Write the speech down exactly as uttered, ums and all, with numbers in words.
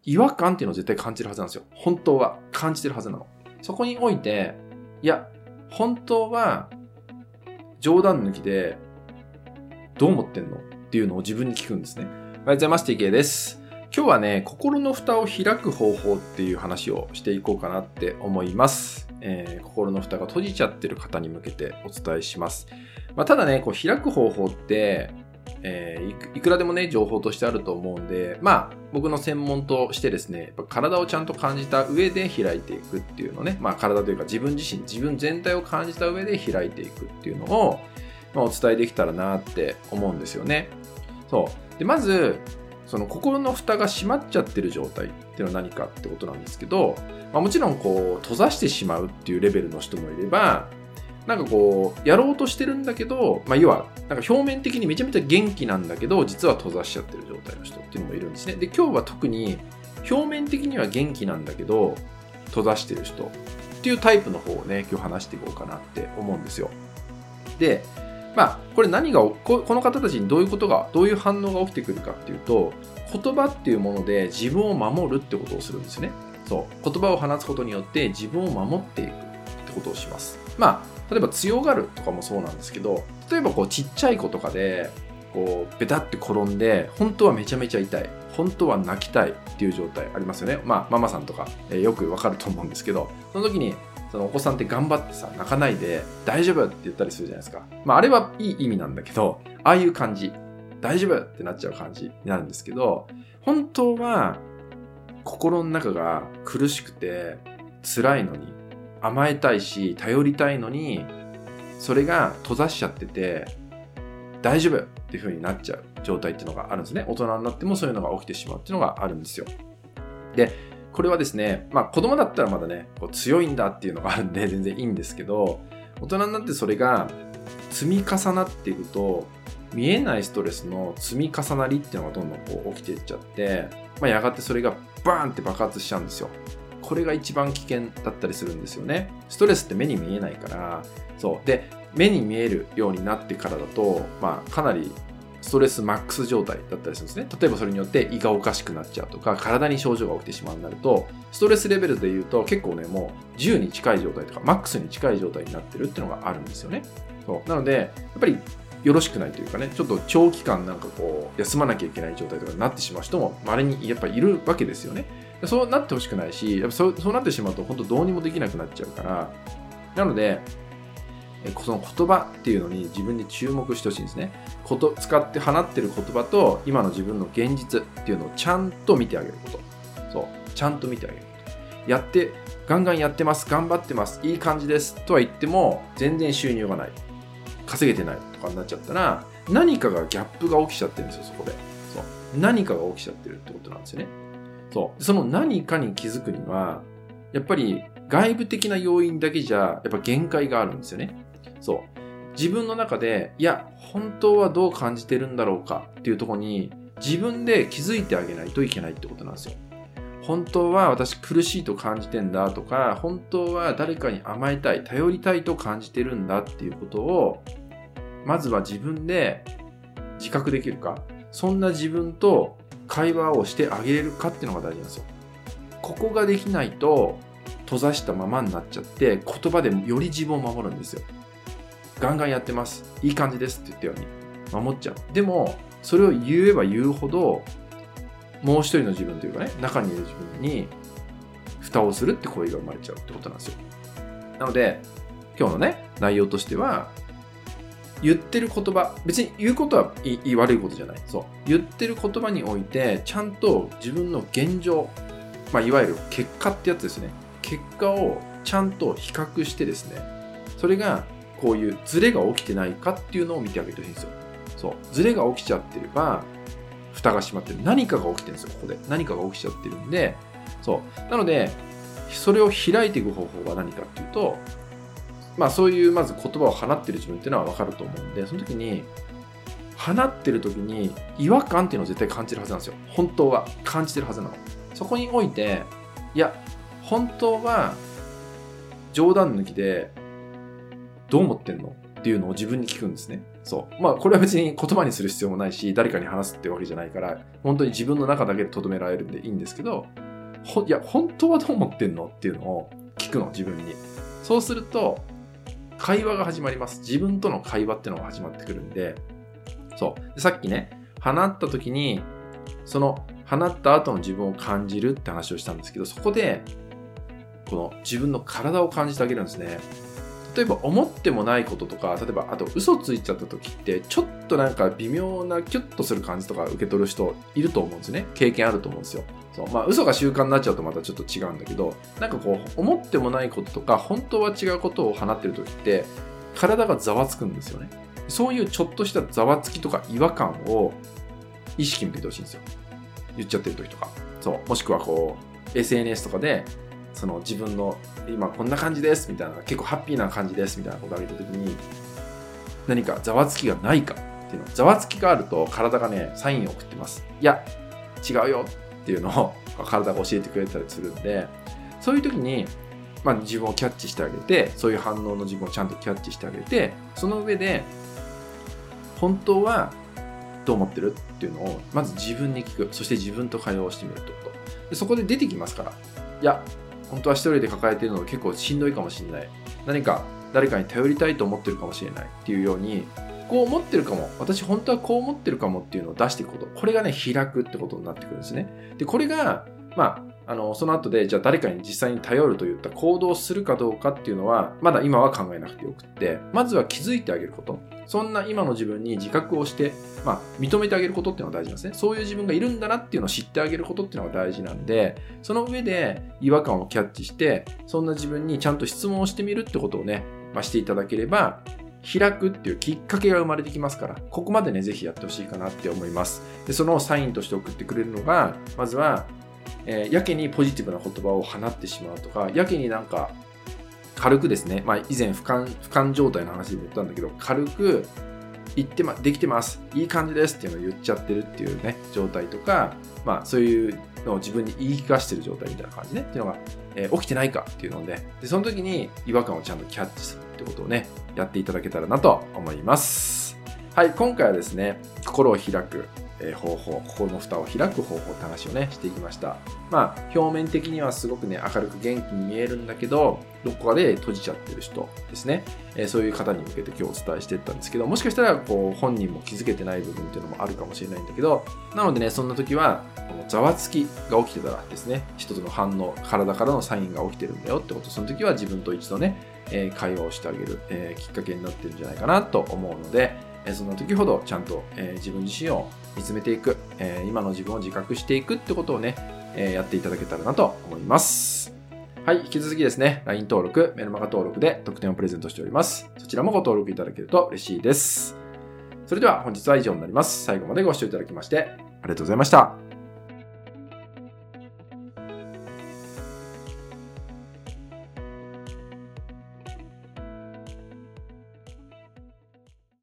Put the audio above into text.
違和感っていうのを絶対感じるはずなんですよ。本当は感じてるはずなの。そこにおいて、いや、本当は冗談抜きでどう思ってんのっていうのを自分に聞くんですね。おはようございます。ティーケー です。今日はね、心の蓋を開く方法っていう話をしていこうかなって思います。えー、心の蓋が閉じちゃってる方に向けてお伝えします。まあ、ただね、こう開く方法って、えー、いく、いくらでもね、情報としてあると思うんで、まあ、僕の専門としてですね、やっぱ体をちゃんと感じた上で開いていくっていうのね、まあ、体というか自分自身、自分全体を感じた上で開いていくっていうのを、まあ、お伝えできたらなって思うんですよね。そう。で、まず、その心の蓋が閉まっちゃってる状態っていうのは何かってことなんですけど、まあ、もちろんこう閉ざしてしまうっていうレベルの人もいれば、なんかこうやろうとしてるんだけど、まあ、要はなんか表面的にめちゃめちゃ元気なんだけど実は閉ざしちゃってる状態の人っていうのもいるんですね。で、今日は特に表面的には元気なんだけど閉ざしてる人っていうタイプの方をね、今日話していこうかなって思うんですよ。で、まあ、これ何が、この方たちにどういうことが、どういう反応が起きてくるかっていうと、言葉っていうもので自分を守るってことをするんですよね。そう。言葉を放つことによって自分を守っていくってことをします。まあ、例えば強がるとかもそうなんですけど、例えばこうちっちゃい子とかで、こう、ベタって転んで、本当はめちゃめちゃ痛い。本当は泣きたいっていう状態ありますよね。まあ、ママさんとか、えー、よくわかると思うんですけど、その時に、そのお子さんって頑張ってさ、泣かないで大丈夫って言ったりするじゃないですか。まああれはいい意味なんだけど、ああいう感じ、大丈夫ってなっちゃう感じになるんですけど、本当は心の中が苦しくて辛いのに、甘えたいし頼りたいのに、それが閉ざしちゃってて大丈夫っていう風になっちゃう状態っていうのがあるんですね。大人になってもそういうのが起きてしまうっていうのがあるんですよ。で、これはですね、まあ子供だったらまだね、こう強いんだっていうのがあるんで全然いいんですけど、大人になってそれが積み重なっていくと、見えないストレスの積み重なりっていうのがどんどんこう起きていっちゃって、まあ、やがてそれがバーンって爆発しちゃうんですよ。これが一番危険だったりするんですよね。ストレスって目に見えないから、そう。で、目に見えるようになってからだと、まあかなりストレスマックス状態だったりするんですね。例えばそれによって胃がおかしくなっちゃうとか、体に症状が起きてしまうになると、ストレスレベルで言うと結構ね、もうじゅうに近い状態とか、マックスに近い状態になってるっていうのがあるんですよね。そうなので、やっぱりよろしくないというかね、ちょっと長期間なんかこう、休まなきゃいけない状態とかになってしまう人も稀にやっぱりいるわけですよね。そうなってほしくないし、やっぱそう、そうなってしまうと本当どうにもできなくなっちゃうから、なので、その言葉っていうのに自分で注目してほしいんですね。こと使って放ってる言葉と今の自分の現実っていうのをちゃんと見てあげること。そう。ちゃんと見てあげること。やって、ガンガンやってます。頑張ってます。いい感じです。とは言っても全然収入がない。稼げてないとかになっちゃったら何かがギャップが起きちゃってるんですよ、そこで。そう。何かが起きちゃってるってことなんですよね。そう。その何かに気づくには、やっぱり外部的な要因だけじゃやっぱ限界があるんですよね。そう。自分の中で、いや、本当はどう感じてるんだろうかっていうところに自分で気づいてあげないといけないってことなんですよ。本当は私苦しいと感じてんだとか、本当は誰かに甘えたい、頼りたいと感じてるんだっていうことを、まずは自分で自覚できるか、そんな自分と会話をしてあげれるかっていうのが大事なんですよ。ここができないと閉ざしたままになっちゃって、言葉でより自分を守るんですよ。ガンガンやってます。いい感じですって言ったように守っちゃう。でも、それを言えば言うほど、もう一人の自分というかね、中にいる自分に蓋をするって行為が生まれちゃうってことなんですよ。なので、今日のね、内容としては、言ってる言葉、別に言うことはいい悪いことじゃない。そう。言ってる言葉において、ちゃんと自分の現状、まあ、いわゆる結果ってやつですね。結果をちゃんと比較してですね、それがこういうズレが起きてないかっていうのを見てあげてほしいんですよ。そう。ズレが起きちゃってれば、蓋が閉まってる。何かが起きてるんですよ、ここで。何かが起きちゃってるんで、そう。なので、それを開いていく方法は何かっていうと、まあそういうまず言葉を放ってる自分っていうのは分かると思うんで、その時に、放ってる時に違和感っていうのを絶対感じるはずなんですよ。本当は感じてるはずなの。そこにおいて、いや、本当は冗談抜きでどう思ってんのっていうのを自分に聞くんですね。 そう。まあ、これは別に言葉にする必要もないし、誰かに話すってわけじゃないから、本当に自分の中だけで留められるんでいいんですけど、ほいや、本当はどう思ってんのっていうのを聞くの、自分に。そうすると、会話が始まります。自分との会話っていうのが始まってくるんで、そう。でさっきね、放った時に、その放った後の自分を感じるって話をしたんですけど、そこで、この自分の体を感じてあげるんですね。例えば思ってもないこととか、例えばあと嘘ついちゃった時ってちょっとなんか微妙なキュッとする感じとか受け取る人いると思うんですよね。経験あると思うんですよ。そうまあ嘘が習慣になっちゃうとまたちょっと違うんだけど、なんかこう思ってもないこととか本当は違うことを放ってる時って体がざわつくんですよね。そういうちょっとしたざわつきとか違和感を意識向けてほしいんですよ。言っちゃってる時とか。そう。もしくはこう エスエヌエス とかでその自分の今こんな感じですみたいな結構ハッピーな感じですみたいなことをあげたときに何かざわつきがないかっていうのざわつきがあると体がねサインを送ってます。いや違うよっていうのを体が教えてくれたりするんで、そういう時に、まあ、自分をキャッチしてあげて、そういう反応の自分をちゃんとキャッチしてあげて、その上で本当はどう思ってるっていうのをまず自分に聞く。そして自分と会話をしてみるってことで、そこで出てきますから、いや本当は一人で抱えているのが結構しんどいかもしれない。何か誰かに頼りたいと思ってるかもしれないっていうように、こう思ってるかも。私本当はこう思ってるかもっていうのを出していくこと。これがね、開くってことになってくるんですね。で、これが、まあ、あの、その後で、じゃあ誰かに実際に頼るといった行動をするかどうかっていうのは、まだ今は考えなくてよくって、まずは気づいてあげること。そんな今の自分に自覚をして、まあ、認めてあげることっていうのが大事なんですね。そういう自分がいるんだなっていうのを知ってあげることっていうのが大事なんで、その上で違和感をキャッチして、そんな自分にちゃんと質問をしてみるってことをね、まあ、していただければ、開くっていうきっかけが生まれてきますから、ここまでね、ぜひやってほしいかなって思います。で、そのサインとして送ってくれるのが、まずは、えー、やけにポジティブな言葉を放ってしまうとか、やけになんか、軽くですね、まあ以前俯瞰、俯瞰状態の話でも言ったんだけど、軽く、言ってま、できてます。いい感じですっていうのを言っちゃってるっていうね、状態とか、まあそういうのを自分に言い聞かせてる状態みたいな感じね、っていうのが、えー、起きてないかっていうので、で、その時に違和感をちゃんとキャッチするってことをね、やっていただけたらなと思います。はい、今回はですね、心を開く方法、心の蓋を開く方法って話をね、していきました。まあ、表面的にはすごくね、明るく元気に見えるんだけど、どこかで閉じちゃってる人ですね。えー、そういう方に向けて今日お伝えしていったんですけど、もしかしたら、こう、本人も気づけてない部分っていうのもあるかもしれないんだけど、なのでね、そんな時は、このざわつきが起きてたらですね、一つの反応、体からのサインが起きてるんだよってこと、その時は自分と一度ね、えー、会話をしてあげる、えー、きっかけになってるんじゃないかなと思うので、えー、その時ほどちゃんと、えー、自分自身を見つめていく、えー、今の自分を自覚していくってことをね、えー、やっていただけたらなと思います。はい、引き続きですね、ライン 登録、メルマガ登録で特典をプレゼントしております。そちらもご登録いただけると嬉しいです。それでは本日は以上になります。最後までご視聴いただきましてありがとうございました。